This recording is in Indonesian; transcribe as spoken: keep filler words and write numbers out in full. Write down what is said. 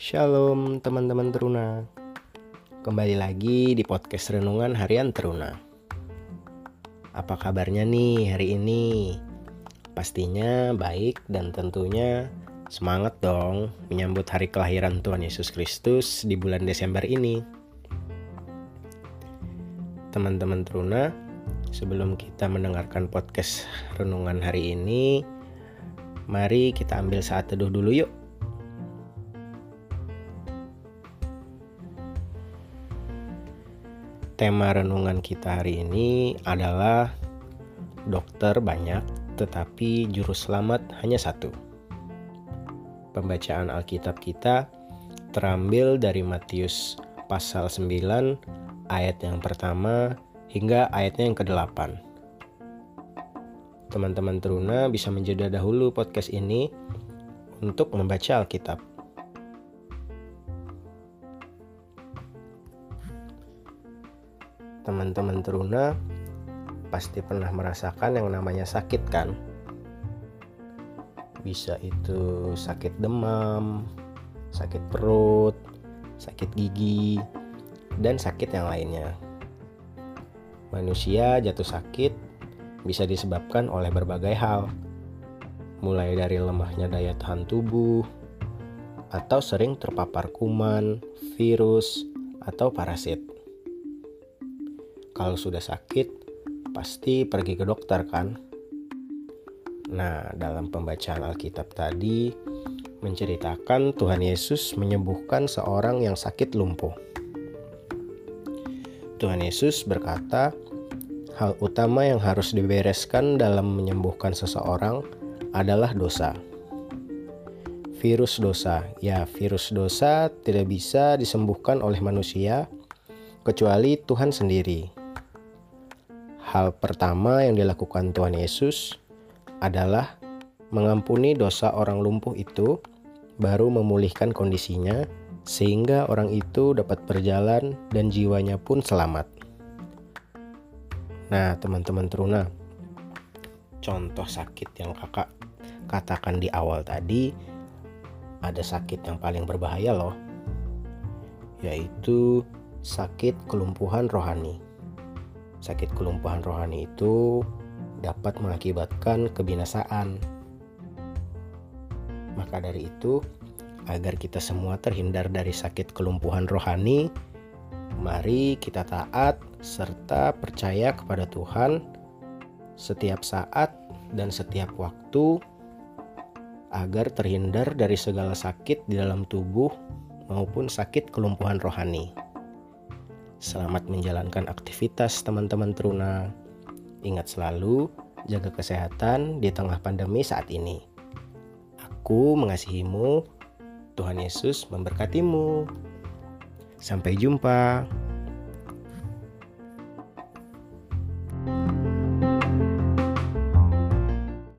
Shalom teman-teman Teruna. Kembali lagi di podcast Renungan Harian Teruna. Apa kabarnya nih hari ini? Pastinya baik dan tentunya semangat dong menyambut hari kelahiran Tuhan Yesus Kristus di bulan Desember ini. Teman-teman Teruna, sebelum kita mendengarkan podcast Renungan hari ini, mari kita ambil saat teduh dulu yuk. Tema renungan kita hari ini adalah dokter banyak, tetapi juru selamat hanya satu. Pembacaan Alkitab kita terambil dari Matius pasal sembilan ayat yang pertama hingga ayatnya yang kedelapan. Teman-teman Teruna bisa menjeda dahulu podcast ini untuk membaca Alkitab. Teman-teman Teruna pasti pernah merasakan yang namanya sakit kan? Bisa itu sakit demam, sakit perut, sakit gigi, dan sakit yang lainnya. Manusia jatuh sakit bisa disebabkan oleh berbagai hal, mulai dari lemahnya daya tahan tubuh, atau sering terpapar kuman, virus, atau parasit. Kalau sudah sakit, pasti pergi ke dokter kan? Nah, dalam pembacaan Alkitab tadi menceritakan Tuhan Yesus menyembuhkan seorang yang sakit lumpuh. Tuhan Yesus berkata, hal utama yang harus dibereskan dalam menyembuhkan seseorang adalah dosa. Virus dosa, ya virus dosa tidak bisa disembuhkan oleh manusia kecuali Tuhan sendiri. Hal pertama yang dilakukan Tuhan Yesus adalah mengampuni dosa orang lumpuh itu, baru memulihkan kondisinya, sehingga orang itu dapat berjalan dan jiwanya pun selamat. Nah, teman-teman Teruna, contoh sakit yang kakak katakan di awal tadi, ada sakit yang paling berbahaya loh, yaitu sakit kelumpuhan rohani. Sakit kelumpuhan rohani itu dapat mengakibatkan kebinasaan. Maka dari itu, agar kita semua terhindar dari sakit kelumpuhan rohani, mari kita taat serta percaya kepada Tuhan setiap saat dan setiap waktu agar terhindar dari segala sakit di dalam tubuh maupun sakit kelumpuhan rohani. Selamat menjalankan aktivitas teman-teman Teruna. Ingat selalu jaga kesehatan di tengah pandemi saat ini. Aku mengasihimu. Tuhan Yesus memberkatimu. Sampai jumpa.